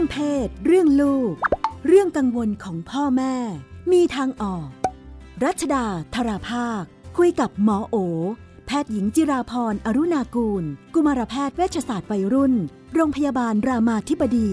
เพศเรื่องลูกเรื่องกังวลของพ่อแม่มีทางออกรัชดาธราภาคคุยกับหมอโอแพทย์หญิงจิราพรอรุณากูลกุมารแพทย์เวชศาสตร์วัยรุ่นโรงพยาบาลรามาธิบดี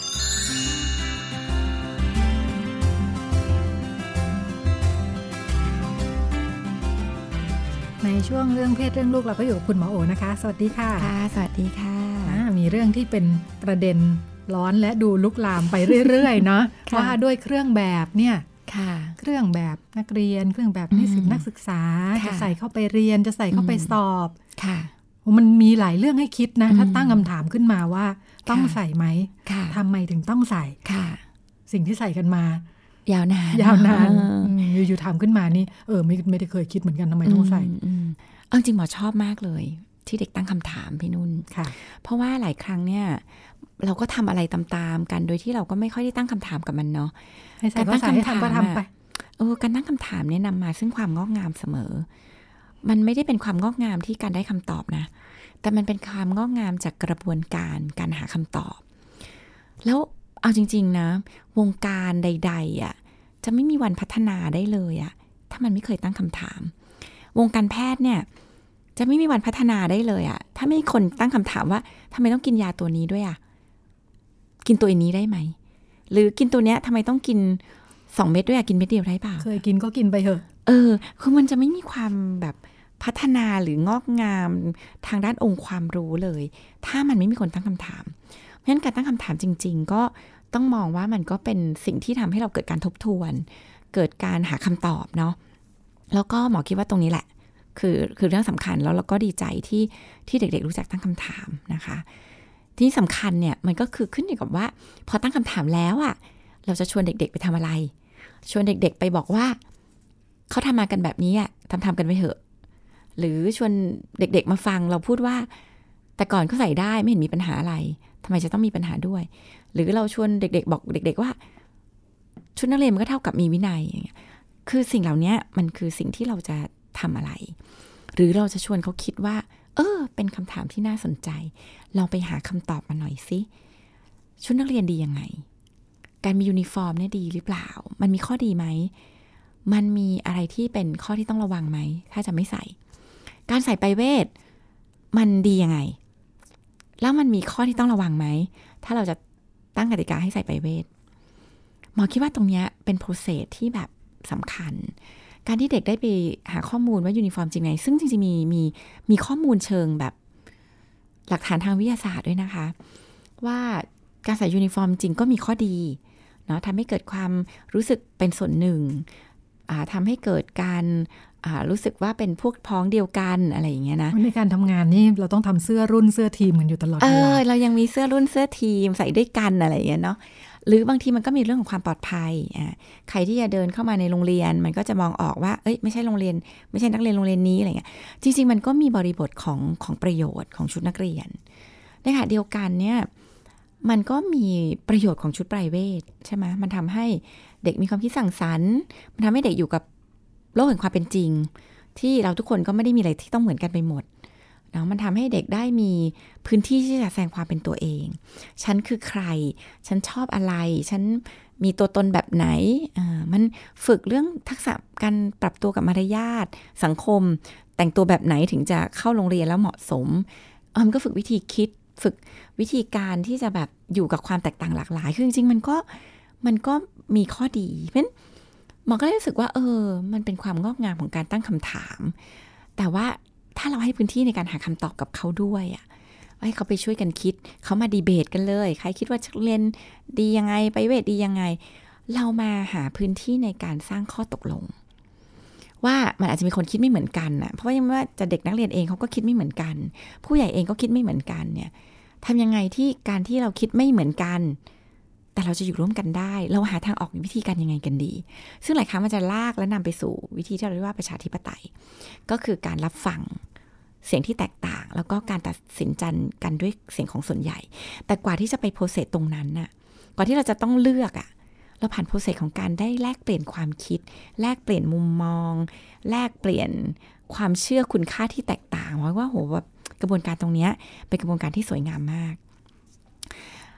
ในช่วงเรื่องเพศเรื่องลูกเราก็อยู่กับคุณหมอโอนะคะสวัสดีค่ะค่ะสวัสดีค่ะมีเรื่องที่เป็นประเด็นร้อนและดูลุกลามไปเรื่อยๆเนาะ ว่าด้วยเครื่องแบบเนี่ยเครื่องแบบนักเรียนเครื่องแบบนิสิตนักศึกษาจะใส่เข้าไปเรียนจะใส่เข้าไปสอบมันมีหลายเรื่องให้คิดนะถ้าตั้งคำถามขึ้นมาว่าต้องใส่ไหมทำไมถึงต้องใส่สิ่งที่ใส่กันมายาวนานอยู่ๆถามขึ้นมานี่ไม่ได้เคยคิดเหมือนกันทำไมต้องใส่เอาจริงหมอชอบมากเลยที่เด็กตั้งคำถามพี่นุ่นเพราะว่าหลายครั้งเนี่ยเราก็ทำอะไรตามๆกันโดยที่เราก็ไม่ค่อยได้ตั้งคำถามกับมันเนาะการตั้งคำถามก็ทำไปการตั้งคำถามเนี่ยนำมาซึ่งความงอกงามเสมอมันไม่ได้เป็นความงอกงามที่การได้คำตอบนะแต่มันเป็นความงอกงามจากกระบวนการหาคำตอบแล้วเอาจริงๆนะวงการใดๆอ่ะจะไม่มีวันพัฒนาได้เลยอ่ะถ้ามันไม่เคยตั้งคำถามวงการแพทย์เนี่ยจะไม่มีวันพัฒนาได้เลยอ่ะถ้าไม่มีคนตั้งคำถามว่าทำไมต้องกินยาตัวนี้ด้วยอ่ะกินตัวนี้ได้ไหมหรือกินตัวเนี้ยทำไมต้องกิน2 เม็ดด้วยอ่ะกินเม็ดเดียวได้เปล่าเคยกินก็กินไปเถอะคือมันจะไม่มีความแบบพัฒนาหรืองอกงามทางด้านองค์ความรู้เลยถ้ามันไม่มีคนตั้งคำถามเพราะฉะนั้นการตั้งคำถามจริงๆก็ต้องมองว่ามันก็เป็นสิ่งที่ทำให้เราเกิดการทบทวนเกิดการหาคำตอบเนาะแล้วก็หมอคิดว่าตรงนี้แหละคือเรื่องสำคัญแล้วเราก็ดีใจที่เด็กๆรู้จักตั้งคำถามนะคะที่สำคัญเนี่ยมันก็คือขึ้นอยู่กับว่าพอตั้งคำถามแล้วอ่ะเราจะชวนเด็กๆไปทำอะไรชวนเด็กๆไปบอกว่าเขาทำมากันแบบนี้อ่ะทำกันไปเถอะหรือชวนเด็กๆมาฟังเราพูดว่าแต่ก่อนเขาใส่ได้ไม่เห็นมีปัญหาอะไรทำไมจะต้องมีปัญหาด้วยหรือเราชวนเด็กๆบอกเด็กๆว่าชุดนักเรียนมันก็เท่ากับมีวินัยอย่างเงี้ยคือสิ่งเหล่านี้มันคือสิ่งที่เราจะทำอะไรหรือเราจะชวนเขาคิดว่าเป็นคำถามที่น่าสนใจลองไปหาคำตอบมาหน่อยสิชุดนักเรียนดียังไงการมียูนิฟอร์มเนี่ยดีหรือเปล่ามันมีข้อดีไหมมันมีอะไรที่เป็นข้อที่ต้องระวังไหมถ้าจะไม่ใส่การใส่ไปเวทมันดียังไงแล้วมันมีข้อที่ต้องระวังไหมถ้าเราจะตั้งกติกาให้ใส่ไปเวทหมอคิดว่าตรงนี้เป็นโปรเซสที่แบบสำคัญการที่เด็กได้ไปหาข้อมูลว่ายูนิฟอร์มจริงไงซึ่งจริงๆมีข้อมูลเชิงแบบหลักฐานทางวิทยาศาสตร์ด้วยนะคะว่าการใส่ยูนิฟอร์มจริงก็มีข้อดีเนาะทำให้เกิดความรู้สึกเป็นส่วนหนึ่งทำให้เกิดการรู้สึกว่าเป็นพวกพ้องเดียวกันอะไรอย่างเงี้ยนะในการทำงานนี่เราต้องทำเสื้อรุ่นเสื้อทีมกันอยู่ตลอดเวลาเรายังมีเสื้อรุ่นเสื้อทีมใส่ด้วยกันอะไรอย่างเงี้ยเนาะหรือบางทีมันก็มีเรื่องของความปลอดภัยใครที่จะเดินเข้ามาในโรงเรียนมันก็จะมองออกว่าไม่ใช่โรงเรียนไม่ใช่นักเรียนโรงเรียนนี้อะไรเงี้ยจริงๆมันก็มีบริบทของประโยชน์ของชุดนักเรียนในขณะเดียวกันเนี่ยมันก็มีประโยชน์ของชุดไพรเวทใช่ไหมมันทำให้เด็กมีความคิดสร้างสรรค์มันทำให้เด็กอยู่กับโลกแห่งความเป็นจริงที่เราทุกคนก็ไม่ได้มีอะไรที่ต้องเหมือนกันไปหมดเนาะมันทำให้เด็กได้มีพื้นที่ที่จะแสดงความเป็นตัวเองฉันคือใครฉันชอบอะไรฉันมีตัวตนแบบไหนมันฝึกเรื่องทักษะการปรับตัวกับมารยาทสังคมแต่งตัวแบบไหนถึงจะเข้าโรงเรียนแล้วเหมาะสมมันก็ฝึกวิธีคิดฝึกวิธีการที่จะแบบอยู่กับความแตกต่างหลากหลายคือจริงๆมันก็มีข้อดีเพราะฉะนั้นหมอก็รู้สึกว่ามันเป็นความงอกงามของการตั้งคำถามแต่ว่าถ้าเราให้พื้นที่ในการหาคำตอบกับเขาด้วยให้เขาไปช่วยกันคิดเขามาดีเบตกันเลยใครคิดว่าเรียนดียังไงไปเวทดียังไงเรามาหาพื้นที่ในการสร้างข้อตกลงว่ามันอาจจะมีคนคิดไม่เหมือนกันเพราะว่าจะเด็กนักเรียนเองเขาก็คิดไม่เหมือนกันผู้ใหญ่เองก็คิดไม่เหมือนกันเนี่ยทำยังไงที่การที่เราคิดไม่เหมือนกันแต่เราจะอยู่ร่วมกันได้เราหาทางออกวิธีการยังไงกันดีซึ่งหลายครั้งมันจะลากและนำไปสู่วิธีที่เราเรียกว่าประชาธิปไตยก็คือการรับฟังเสียงที่แตกต่างแล้วก็การตัดสินใจกันด้วยเสียงของส่วนใหญ่แต่กว่าที่จะไปโปรเซสตรงนั้นน่ะกว่าที่เราจะต้องเลือกเราผ่านโปรเซสของการได้แลกเปลี่ยนความคิดแลกเปลี่ยนมุมมองแลกเปลี่ยนความเชื่อคุณค่าที่แตกต่างว่าโหแบบกระบวนการตรงนี้เป็นกระบวนการที่สวยงามมาก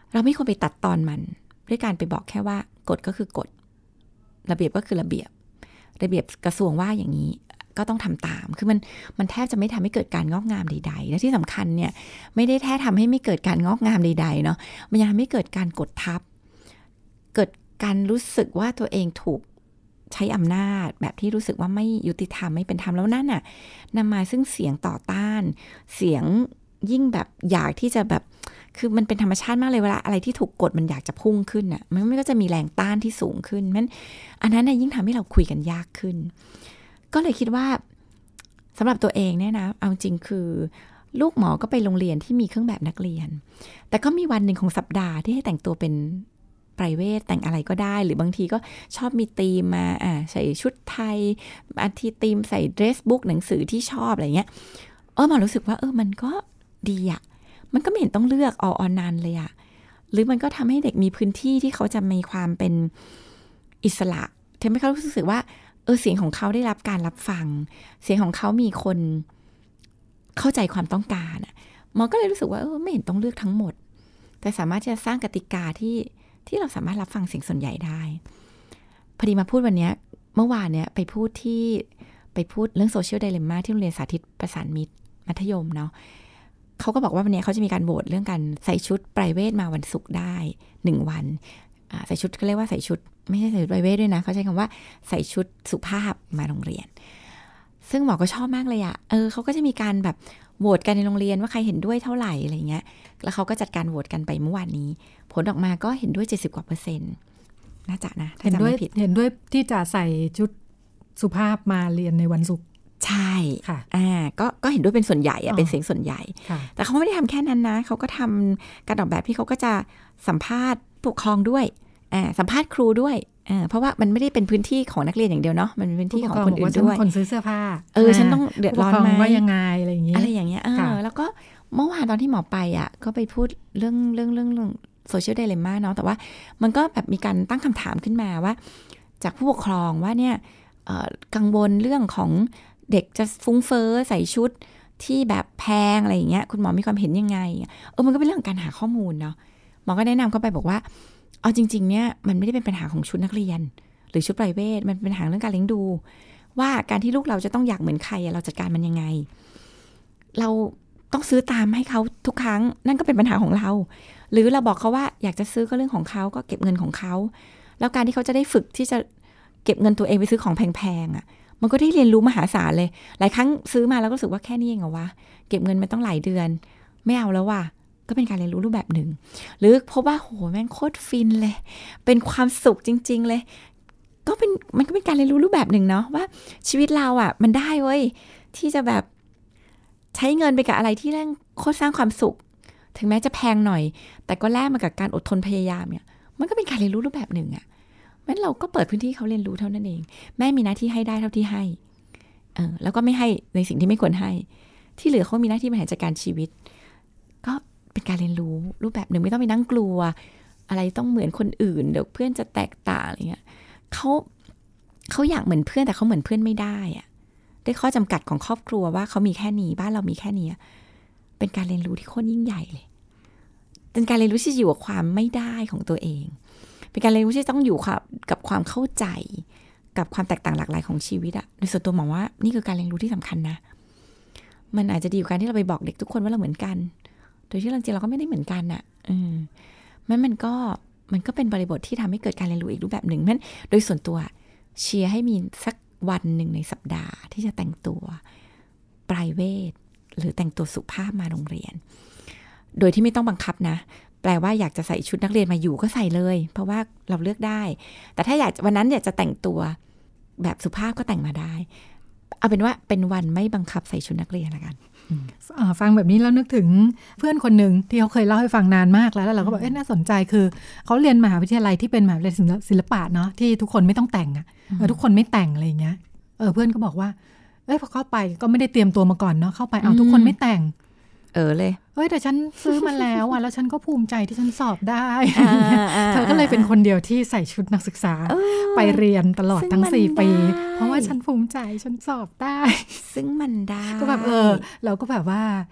เราไม่ควรไปตัดตอนมันด้วยการไปบอกแค่ว่ากฎก็คือกฎระเบียบก็คือระเบียบกระทรวงว่าอย่างนี้ก็ต้องทำตามคือมันแทบจะไม่ทำให้เกิดการงอกงามใดๆและที่สำคัญเนี่ยไม่ได้แค่ทำให้ไม่เกิดการงอกงามใดๆเนาะมันยังทำให้เกิดการกดทับเกิดการรู้สึกว่าตัวเองถูกใช้อำนาจแบบที่รู้สึกว่าไม่ยุติธรรมไม่เป็นธรรมแล้วนั่นน่ะนำมาซึ่งเสียงต่อต้านเสียงยิ่งแบบอยากที่จะแบบคือมันเป็นธรรมชาติมากเลยเวลาอะไรที่ถูกกดมันอยากจะพุ่งขึ้นน่ะมันก็จะมีแรงต้านที่สูงขึ้นมันอันนั้นน่ะยิ่งทำให้เราคุยกันยากขึ้นก็เลยคิดว่าสำหรับตัวเองเนี่ยนะเอาจริงคือลูกหมอก็ไปโรงเรียนที่มีเครื่องแบบนักเรียนแต่ก็มีวันหนึ่งของสัปดาห์ที่ให้แต่งตัวเป็นprivate แต่งอะไรก็ได้หรือบางทีก็ชอบมีธีมมาใส่ชุดไทยอาทิธีมใส่เดรสบุ๊กหนังสือที่ชอบอะไรเงี้ยหมอรู้สึกว่ามันก็ดีอะมันก็ไม่เห็นต้องเลือกออนนันเลยอะหรือมันก็ทำให้เด็กมีพื้นที่ที่เขาจะมีความเป็นอิสระทำให้เขารู้สึกว่าเสียงของเขาได้รับการรับฟังเสียงของเขามีคนเข้าใจความต้องการหมอก็เลยรู้สึกว่าไม่เห็นต้องเลือกทั้งหมดแต่สามารถจะสร้างกติกาที่เราสามารถรับฟังเสียงส่วนใหญ่ได้พอดีมาพูดวันนี้เมื่อวานเนี่ยไปพูดเรื่องโซเชียลไดเลมม่าที่โรงเรียนสาธิตประสานมิตรมัธยมเนาะเขาก็บอกว่าวันนี้เขาจะมีการโหวตเรื่องการใส่ชุดไพรเวทมาวันศุกร์ได้1วันใส่ชุดก็เรียกว่าใส่ชุดไม่ใช่ใส่ชุดไพรเวทด้วยนะเขาใช้คำว่าใส่ชุดสุภาพมาโรงเรียนซึ่งหมอก็ชอบมากเลยเขาก็จะมีการแบบโหวตกันในโรงเรียนว่าใครเห็นด้วยเท่าไหร่อะไรเงี้ยแล้วเขาก็จัดการโหวตกันไปเมื่อวานนี้ผลออกมาก็เห็นด้วย70%กว่าน่าจะนะถ้าจำไม่ผิดเห็นด้วยที่จะใส่ชุดสุภาพมาเรียนในวันศุกร์ใช่ค่ะก็เห็นด้วยเป็นส่วนใหญ่เป็นเสียงส่วนใหญ่แต่เขาไม่ได้ทำแค่นั้นนะเขาก็ทำการออกแบบที่เขาก็จะสัมภาษณ์ผู้ปกครองด้วยสัมภาษณ์ครูด้วยเพราะว่ามันไม่ได้เป็นพื้นที่ของนักเรียนอย่างเดียวเนาะมันเป็นพื้นที่ของคนอื่นด้วยคนซื้อเสื้อผ้าฉันต้องเดือดร้อนไหมว่ายังไงอะไรอย่างเงี้ยแล้วก็เมื่อวานตอนที่หมอไปก็ไปพูดเรื่องโซเชียลไดเลมม่าเนาะแต่ว่ามันก็แบบมีการตั้งคำถามขึ้นมาว่าจากผู้ปกครองว่าเนี่ยกังวลเรื่องของเด็กจะฟุ้งเฟ้อใส่ชุดที่แบบแพงอะไรอย่างเงี้ยคุณหมอมีความเห็นยังไงมันก็เป็นเรื่องการหาข้อมูลเนาะหมอก็แนะนำเข้าไปบอกว่าเอาจริงๆเนี่ยมันไม่ได้เป็นปัญหาของชุดนักเรียนหรือชุดไพรเวทมันเป็นปัญหาเรื่องการเลี้ยงดูว่าการที่ลูกเราจะต้องอยากเหมือนใครเราจัดการมันยังไงเราต้องซื้อตามให้เขาทุกครั้งนั่นก็เป็นปัญหาของเราหรือเราบอกเขาว่าอยากจะซื้อก็เรื่องของเขาก็เก็บเงินของเขาแล้วการที่เขาจะได้ฝึกที่จะเก็บเงินตัวเองไปซื้อของแพงๆมันก็ได้เรียนรู้มหาศาลเลยหลายครั้งซื้อมาแล้วก็รู้สึกว่าแค่นี้เองเหรอวะเก็บเงินมาต้องหลายเดือนไม่เอาแล้วว่ะก็เป็นการเรียนรู้รูปแบบหนึ่งหรือพบว่าโหแม่งโคตรฟินเลยเป็นความสุขจริงๆเลยมันก็เป็นการเรียนรู้รูปแบบหนึ่งเนาะว่าชีวิตเรามันได้เว้ยที่จะแบบใช้เงินไปกับอะไรที่แม่งโคตรสร้างความสุขถึงแม้จะแพงหน่อยแต่ก็แลกมากับการอดทนพยายามเนี่ยมันก็เป็นการเรียนรู้รูปแบบหนึ่งงั้นเราก็เปิดพื้นที่เขาเรียนรู้เท่านั้นเองแม่มีหน้าที่ให้ได้เท่าที่ให้แล้วก็ไม่ให้ในสิ่งที่ไม่ควรให้ที่เหลือเขามีหน้าที่บริหารจัดการชีวิตก็เป็นการเรียนรู้รูปแบบหนึ่งไม่ต้องไปนั่งกลัวอะไรต้องเหมือนคนอื่นเดี๋ยวเพื่อนจะแตกต่างอะไรเงี้ยเขาอยากเหมือนเพื่อนแต่เขาเหมือนเพื่อนไม่ได้ด้วยข้อจำกัดของครอบครัวว่าเขามีแค่นี้บ้านเรามีแค่นี้เป็นการเรียนรู้ที่โคตรยิ่งใหญ่เลยเป็นการเรียนรู้ที่อยู่กับความไม่ได้ของตัวเองเป็นการเรียนรู้ที่ต้องอยู่กับความเข้าใจกับความแตกต่างหลากหลายของชีวิตในส่วนตัวมองว่านี่คือการเรียนรู้ที่สำคัญนะมันอาจจะดีกว่าการที่เราไปบอกเด็กทุกคนว่าเราเหมือนกันโดยที่จริงๆเราก็ไม่ได้เหมือนกันมันก็เป็นบริบทที่ทำให้เกิดการเรียนรู้อีกรูปแบบหนึ่งนั้นโดยส่วนตัวเชียร์ให้มีสักวันหนึ่งในสัปดาห์ที่จะแต่งตัวไพรเวทหรือแต่งตัวสุภาพมาโรงเรียนโดยที่ไม่ต้องบังคับนะแปลว่าอยากจะใส่ชุดนักเรียนมาอยู่ก็ใส่เลยเพราะว่าเราเลือกได้แต่ถ้าวันนั้นอยากจะแต่งตัวแบบสุภาพก็แต่งมาได้เอาเป็นว่าเป็นวันไม่บังคับใส่ชุดนักเรียนละกันฟังแบบนี้แล้วนึกถึงเพื่อนคนหนึ่งที่เขาเคยเล่าให้ฟังนานมากแล้วเราก็บอกน่าสนใจคือเขาเรียนมหาวิทยาลัยที่เป็นมหาวิทยาลัยศิลปะเนาะที่ทุกคนไม่ต้องแต่งทุกคนไม่แต่งอะไรอย่างเงี้ยเพื่อนก็บอกว่าพอเข้าไปก็ไม่ได้เตรียมตัวมาก่อนเนาะเข้าไปทุกคนไม่แต่งเลยแต่ฉันซื้อมาแล้วแล้วฉันก็ภูมิใจที่ฉันสอบได้เธอก็เลยเป็นคนเดียวที่ใส่ชุดนักศึกษาไปเรียนตลอดทั้ง4 ปีเพราะว่าฉันภูมิใจฉันสอบได้ซึ่งมันได้ก็แบบเราก็แบบว่า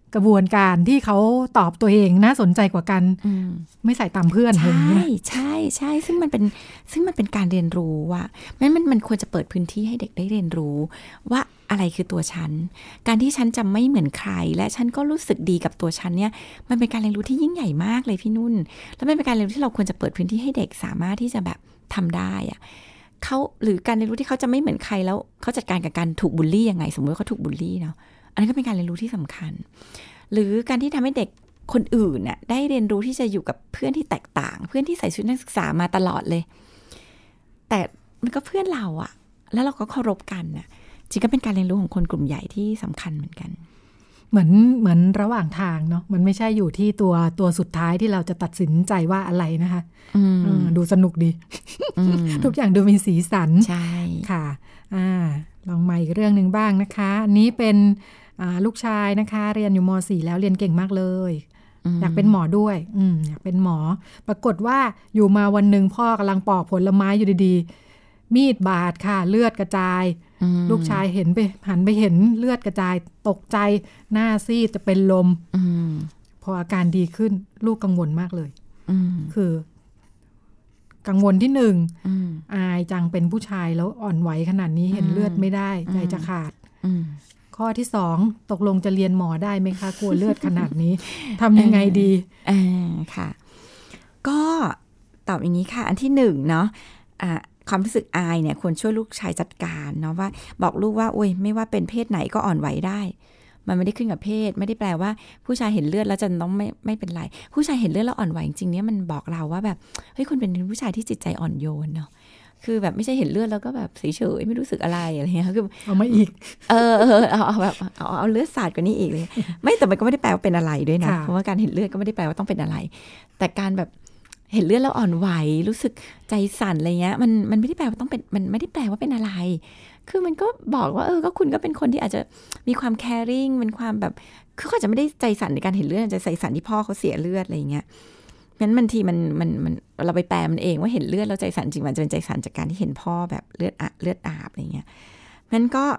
กระบวนการที่เขาตอบตัวเองน่าสนใจกว่ากันไม่ใส่ตามเพื่อนใช่ซึ่งมันเป็นการเรียนรู้ว่ามันควรจะเปิดพื้นที่ให้เด็กได้เรียนรู้ว่าอะไรคือตัวฉันการที่ฉันจะไม่เหมือนใครและฉันก็รู้สึกดีกับตัวฉันเนี่ยมันเป็นการเรียนรู้ที่ยิ่งใหญ่มากเลยพี่นุ่นแล้วมันเป็นการเรียนรู้ที่เราควรจะเปิดพื้นที่ให้เด็กสามารถที่จะแบบทำได้อะเขาหรือการเรียนรู้ที่เขาจะไม่เหมือนใครแล้วเขาจัดการกับการถูกบูลลี่ยังไงสมมติว่าเขาถูกบูลลี่เนาะอันนั้นก็เป็นการเรียนรู้ที่สำคัญหรือการที่ทำให้เด็กคนอื่นน่ะได้เรียนรู้ที่จะอยู่กับเพื่อนที่แตกต่างเพื่อนที่ใส่ชุดนักศึกษามาตลอดเลยแต่มันก็เพื่อนเราอะแล้วเราก็เคารพกันน่ะจริงก็เป็นการเรียนรู้ของคนกลุ่มใหญ่ที่สำคัญเหมือนกันเหมือนระหว่างทางเนาะมันไม่ใช่อยู่ที่ตัวสุดท้ายที่เราจะตัดสินใจว่าอะไรนะคะดูสนุกดี ทุกอย่างดูมีสีสันใช่ค่ะลองมาอีกเรื่องนึงบ้างนะคะอันนี้เป็นลูกชายนะคะเรียนอยู่ม.4 แล้วเรียนเก่งมากเลยอยากเป็นหมอด้วยอยากเป็นหมอปรากฏว่าอยู่มาวันหนึ่งพ่อกำลังปอกผลไม้อยู่ดีๆมีดบาดค่ะเลือดกระจายลูกชายหันไปเห็นเลือดกระจายตกใจหน้าซีดจะเป็นลมพออาการดีขึ้นลูกกังวลมากเลยคือกังวลที่หนึ่งอายจังเป็นผู้ชายแล้วอ่อนไหวขนาดนี้เห็นเลือดไม่ได้ใจจะขาดข้อที่สองตกลงจะเรียนหมอได้ไหมคะกลัวเลือดขนาดนี้ทำยังไงดีค่ะก็ตอบอย่างนี้ค่ะอันที่หนึ่งเนาะความรู้สึกอายเนี่ยควรช่วยลูกชายจัดการเนาะว่าบอกลูกว่าโอ้ยไม่ว่าเป็นเพศไหนก็อ่อนไหวได้มันไม่ได้ขึ้นกับเพศไม่ได้แปลว่าผู้ชายเห็นเลือดแล้วจะต้องไม่เป็นไรผู้ชายเห็นเลือดแล้วอ่อนไหวจริงๆเนี่ยมันบอกเราว่าแบบเฮ้ยคุณเป็นผู้ชายที่จิตใจอ่อนโยนเนาะคือแบบไม่ใช่เห็นเลือดแล้วก็แบบเฉยๆไม่รู้สึกอะไรอะไรเงี้ยคือเอามาอีกเอาแบบเอาเลือดสาดกว่านี้อีกเลยไม่แต่มันก็ไม่ได้แปลว่าเป็นอะไรด้วยนะเพราะว่าการเห็นเลือดก็ไม่ได้แปลว่าต้องเป็นอะไรแต่การแบบเห็นเลือดแล้วอ่อนไหวรู้สึกใจสั่นอะไรเงี้ยมันไม่ได้แปลว่าต้องเป็นมันไม่ได้แปลว่าเป็นอะไรคือมันก็บอกว่าก็คุณก็เป็นคนที่อาจจะมีความแคริ่งเป็นความแบบคือเขาจะไม่ได้ใจสั่นในการเห็นเลือดจะใจสั่นที่พ่อเขาเสียเลือดอะไรเงี้ยงั้นบางทีมันเราไปแปลมันเองว่าเห็นเลือดแล้วใจสั่นจริงมันจะเป็นใจสั่นจากการที่เห็นพ่อแบบเลือดอาบอะไรเงี้ยงั้นก็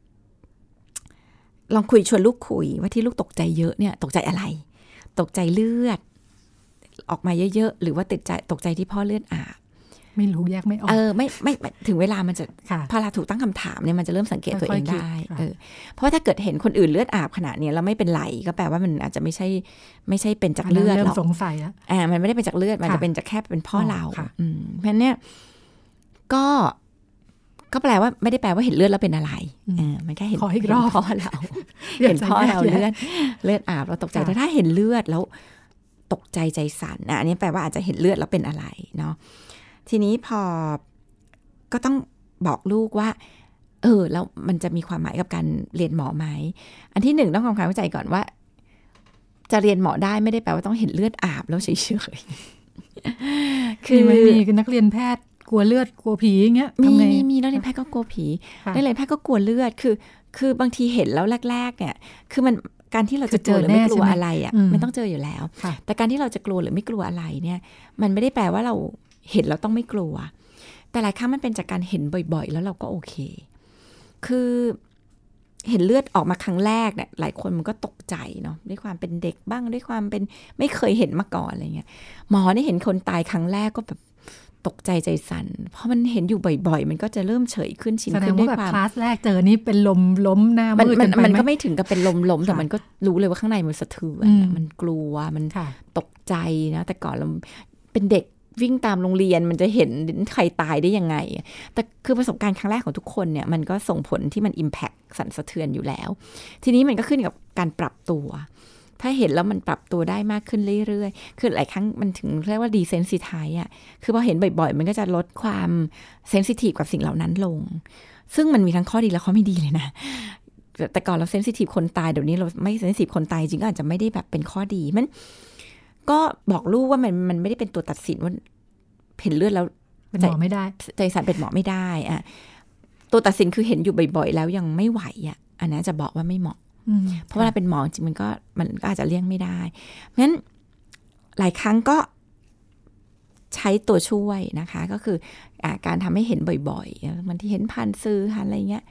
ลองชวนลูกคุยว่าที่ลูกตกใจเยอะเนี่ยตกใจอะไรตกใจเลือดออกมาเยอะๆหรือว่าตกใจที่พ่อเลือดอาบไม่รู้แยกไม่ออกไม่ถึงเวลามันจะพอเราถูกตั้งคำถามเนี่ยมันจะเริ่มสังเกตตัวเองได้เพราะว่าถ้าเกิดเห็นคนอื่นเลือดอาบขนาดนี้แล้วไม่เป็นไรก็แปลว่ามันอาจจะไม่ใช่เป็นจากเลือดหรอกสงสัยแล้วมันไม่ได้เป็นจากเลือดมันจะเป็นจากแค่เป็นพ่อเราเพราะฉะนั้นเนี่ยก็แปลว่าไม่ได้แปลว่าเห็นเลือดแล้วเป็นอะไรมันแค่เห็นพ่อเราเห็นพ่อเราเลือดอาบเราตกใจแต่ถ้าเห็นเลือดแล้วตกใจใจสั่นอันนี้แปลว่าอาจจะเห็นเลือดแล้วเป็นอะไรเนาะทีนี้พอก็ต้องบอกลูกว่าแล้วมันจะมีความหมายกับการเรียนหมอไหมอันที่หนึ่งต้องทำความเข้าใจก่อนว่าจะเรียนหมอได้ไม่ได้แปลว่าต้องเห็นเลือดอาบแล้วเฉยๆคือไม่มีนักเรียนแพทย์กลัวเลือดกลัวผีอย่างเงี้ยมีนักเรียนแพทย์ก็กลัวผีนักเรียนแพทย์ก็กลัวเลือดคือบางทีเห็นแล้วแรกๆเนี่ยคือมันการที่เราจะกลัวหรือไม่กลัวอะไรมันต้องเจออยู่แล้วแต่การที่เราจะกลัวหรือไม่กลัวอะไรเนี่ยมันไม่ได้แปลว่าเราเห็นเราต้องไม่กลัวแต่หลายครั้งมันเป็นจากการเห็นบ่อยๆแล้วเราก็โอเคคือเห็นเลือดออกมาครั้งแรกเนี่ยหลายคนมันก็ตกใจเนาะด้วยความเป็นเด็กบ้างด้วยความเป็นไม่เคยเห็นมาก่อนอะไรเงี้ยหมอเนี่ยเห็นคนตายครั้งแรกก็แบบตกใจใจสั่นเพราะมันเห็นอยู่บ่อยๆมันก็จะเริ่มเฉยขึ้นชินขึ้นด้วยความคลาสแรกเจอนี่เป็นล้มหน้ามืดกันไปมันก็ไม่ถึงกับเป็นล้มแต่มันก็รู้เลยว่าข้างในมันสะเทือนมันกลัวมันตกใจนะแต่ก่อนเราเป็นเด็กวิ่งตามโรงเรียนมันจะเห็นใครตายได้ยังไงแต่คือประสบการณ์ครั้งแรกของทุกคนเนี่ยมันก็ส่งผลที่มัน impact สั่นสะเทือนอยู่แล้วทีนี้มันก็ขึ้นกับการปรับตัวถ้าเห็นแล้วมันปรับตัวได้มากขึ้นเรื่อยๆคือหลายครั้งมันถึงเรียกว่า desensitize อ่ะคือพอเห็นบ่อยๆมันก็จะลดความ sensitive กับสิ่งเหล่านั้นลงซึ่งมันมีทั้งข้อดีและข้อไม่ดีเลยนะแต่ก่อนเรา sensitive คนตายเดี๋ยวนี้เราไม่ sensitive คนตายจริงก็อาจจะไม่ได้แบบเป็นข้อดีมันก็บอกลูกว่ามันไม่ได้เป็นตัวตัดสินว่าเห็นเลือดแล้วเป็นหมอไม่ได้ใจสั่นเป็นหมอไม่ได้อะตัวตัดสินคือเห็นอยู่บ่อยๆแล้วยังไม่ไหวอ่ะอันนั้นจะบอกว่าไม่เหมาะเพราะเวลาเป็นหมอจริงมันก็อาจจะเลี่ยงไม่ได้เพราะฉะนั้นหลายครั้งก็ใช้ตัวช่วยนะคะก็คือการทำให้เห็นบ่อยๆบางทีเห็นผ่านสื่ออะไรเงี้ย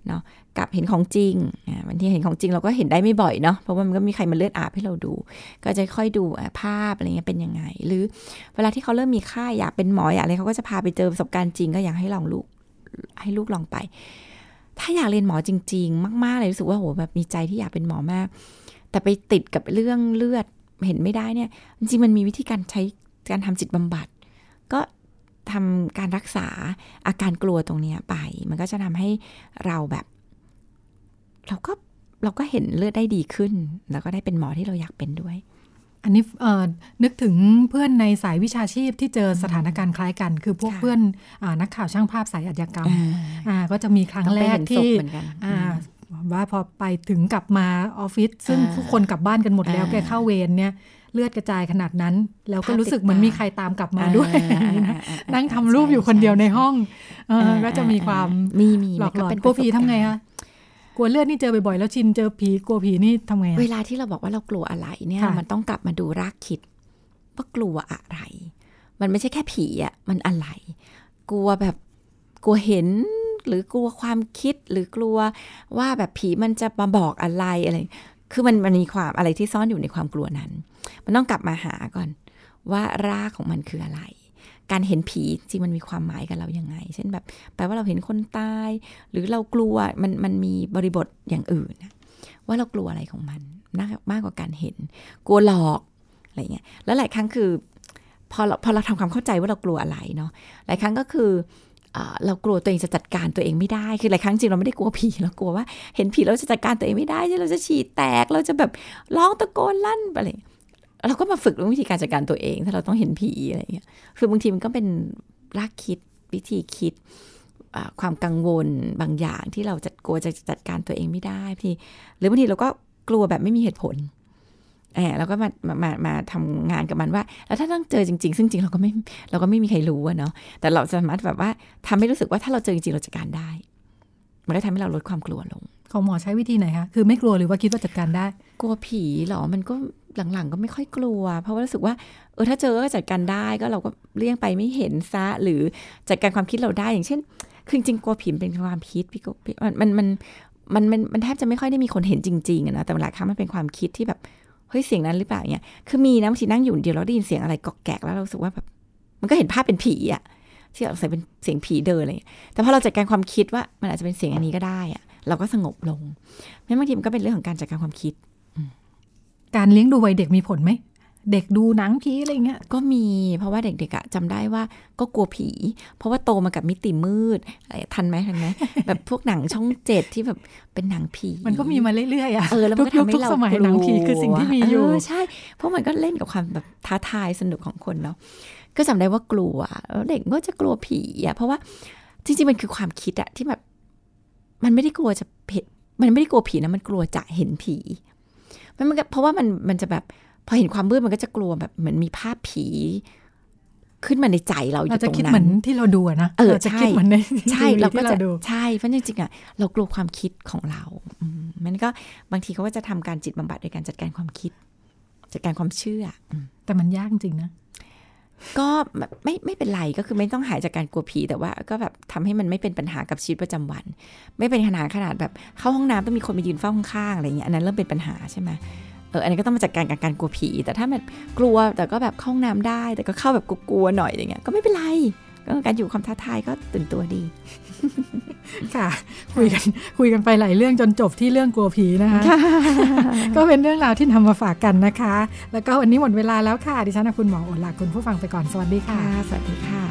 เนาะกับเห็นของจริงบางทีเห็นของจริงเราก็เห็นได้ไม่บ่อยเนาะเพราะว่ามันก็มีใครมาเลือดอาบให้เราดูก็จะค่อยดูภาพอะไรเงี้ยเป็นยังไงหรือเวลาที่เขาเริ่มมีค่าอยากเป็นหมออยากอะไรเขาก็จะพาไปเจอประสบการณ์จริงก็อยากให้ลูกลองไปถ้าอยากเรียนหมอจริงๆมากๆเลยรู้สึกว่าโหแบบมีใจที่อยากเป็นหมอมากแต่ไปติดกับเรื่องเลือดเห็นไม่ได้เนี่ยจริงๆมันมีวิธีการใช้การทำจิตบำบัดก็ทำการรักษาอาการกลัวตรงนี้ไปมันก็จะทำให้เราแบบเราก็เห็นเลือดได้ดีขึ้นแล้วก็ได้เป็นหมอที่เราอยากเป็นด้วยอันนี้นึกถึงเพื่อนในสายวิชาชีพที่เจอสถานการณ์คล้ายกันคือพวกเพื่อนนักข่าวช่างภาพสายอาชญากรรมก็จะมีครั้งแรกที่ว่าพอไปถึงกลับมาออฟฟิศซึ่งทุกคนกลับบ้านกันหมดแล้วแกเข้าเวรเนี่ยเลือดกระจายขนาดนั้นแล้วก็รู้สึกเหมือนมีใครตามกลับมาด้วยนั่งทำรูปอยู่คนเดียวในห้องก็จะมีความหลอกหลอนกลัวผีทำไงคะกลัวเลือดนี่เจอบ่อยๆแล้วชินเจอผีกลัวผีนี่ทำไงเวลาที่เราบอกว่าเรากลัวอะไรเนี่ยมันต้องกลับมาดูรากคิดว่ากลัวอะไรมันไม่ใช่แค่ผีอ่ะมันอะไรกลัวแบบกลัวเห็นหรือกลัวความคิดหรือกลัวว่าแบบผีมันจะมาบอกอะไรคือมันมีความอะไรที่ซ่อนอยู่ในความกลัวนั้นมันต้องกลับมาหาก่อนว่ารากของมันคืออะไรการเห็นผีจริงมันมีความหมายกับเรายังไงเช่นแบบแปลว่าเราเห็นคนตายหรือเรากลัวมันมีบริบทอย่างอื่นว่าเรากลัวอะไรของมันมากกว่าการเห็นกลัวหลอกอะไรเงี้ยแล้วหลายครั้งคือพอเราทำความเข้าใจว่าเรากลัวอะไรเนาะหลายครั้งก็คือเรากลัวตัวเองจะจัดการตัวเองไม่ได้คือหลายครั้งจริงเราไม่ได้กลัวผีเรากลัวว่าเห็นผีเราจะจัดการตัวเองไม่ได้เราจะฉี่แตกเราจะแบบร้องตะโกนลั่นอะไรเราก็มาฝึกวิธีการจัดการตัวเองถ้าเราต้องเห็นผีอะไรอย่างเงี้ยคือบางทีมันก็เป็นรากคิดวิธีคิดความกังวลบางอย่างที่เราจะกลัวจะจัดการตัวเองไม่ได้พี่หรือบางทีเราก็กลัวแบบไม่มีเหตุผลเราก็มาทำงานกับมันว่าแล้วถ้าต้องเจอจริงๆซึ่งจริงเราก็ไม่มีใครรู้อะเนาะแต่เราสามารถแบบว่าทำให้รู้สึกว่าถ้าเราเจอจริงๆเราจัดการได้มันก็ทำให้เราลดความกลัวลงของหมอใช้วิธีไหนคะคือไม่กลัวหรือว่าคิดว่าจัดการได้กลัวผีหรอมันก็หลังๆก็ไม่ค่อยกลัวเพราะว่ารู้สึกว่าถ้าเจอก็จัดการได้ก็เราก็เลี่ยงไปไม่เห็นซะหรือจัดการความคิดเราได้อย่างเช่นคือจริงๆกลัวผีเป็นความคิดพี่ก็มันแทบจะไม่ค่อยได้มีคนเห็นจริงๆนะแต่หลายครั้งมันเป็นความคิดที่แบบเฮ้ยเสียงนั้นหรือเปล่าเนี่ยคือมีนะบางทีนั่งอยู่เดียวเราได้ยินเสียงอะไรกอกแกกแล้วเรารู้สึกว่าแบบมันก็เห็นภาพเป็นผีอะที่เราใส่เป็นเสียงผีเดินอะไรแต่พอเราจัดการความคิดว่ามันอาจจะเป็นเสียงอันนี้ก็ได้อะเราก็สงบลงแม้บางทีมันก็เป็นเรื่องของการจัดการความคิดการเลี้ยงดูวัยเด็กมีผลไหมเด็กดูหนังผีอะไรเงี้ยก็มีเพราะว่าเด็กๆอะจำได้ว่าก็กลัวผีเพราะว่าโตมากับมิติมืดทันไหม แบบพวกหนังช่อง7ที่แบบเป็นหนังผีมันก็มีมาเรื่อยๆอะแล้วมันก็ทำให้เราสมัยหนังผีคือสิ่งที่มีอยู่ใช่เพราะมันก็เล่นกับความแบบท้าทายสนุกของคนเนาะก็จำได้ว่ากลัวแล้วเด็กก็จะกลัวผีอะเพราะว่าจริงๆมันคือความคิดอะที่แบบมันไม่ได้กลัวจะมันไม่ได้กลัวผีนะมันกลัวจะเห็นผีมันเพราะว่ามันจะแบบพอเห็นความมืดมันก็จะกลัวแบบเหมือนมีภาพผีขึ้นมาในใจเราอยู่ตรงนั้นเราจะคิดเหมือนที่เราดูนะจะคิดเหมือนในใช่เราก็จะใช่เพราะจริงๆอ่ะเรากลัวความคิดของเรามันก็บางทีเขาก็จะทำการจิตบำบัดโดยการจัดการความคิดจัดการความเชื่อแต่มันยากจริงนะก็ไม่เป็นไรก็คือไม่ต้องหายจากการกลัวผีแต่ว่าก็แบบทำให้มันไม่เป็นปัญหากับชีวิตประจำวันไม่เป็นขนาดแบบเข้าห้องน้ำต้องมีคนมายืนเฝ้าข้างๆอะไรเงี้ยอันนั้นเริ่มเป็นปัญหาใช่ไหมอันนี้ก็ต้องมาจัดการกับการกลัวผีแต่ถ้าแบบกลัวแต่ก็แบบเข้าห้องน้ำได้แต่ก็เข้าแบบกลัวๆหน่อยอย่างเงี้ยก็ไม่เป็นไรก็การอยู่ความท้าทายก็ตื่นตัวดีค่ะคุยกันไปหลายเรื่องจนจบที่เรื่องกลัวผีนะคะก็เป็นเรื่องราวที่นำมาฝากกันนะคะแล้วก็วันนี้หมดเวลาแล้วค่ะดิฉันคุณหมอโอลาคุณผู้ฟังไปก่อนสวัสดีค่ะสวัสดีค่ะ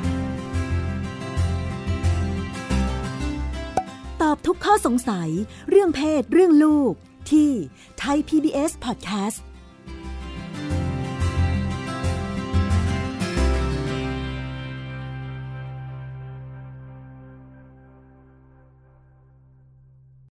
ตอบทุกข้อสงสัยเรื่องเพศเรื่องลูกที่ Thai PBS Podcast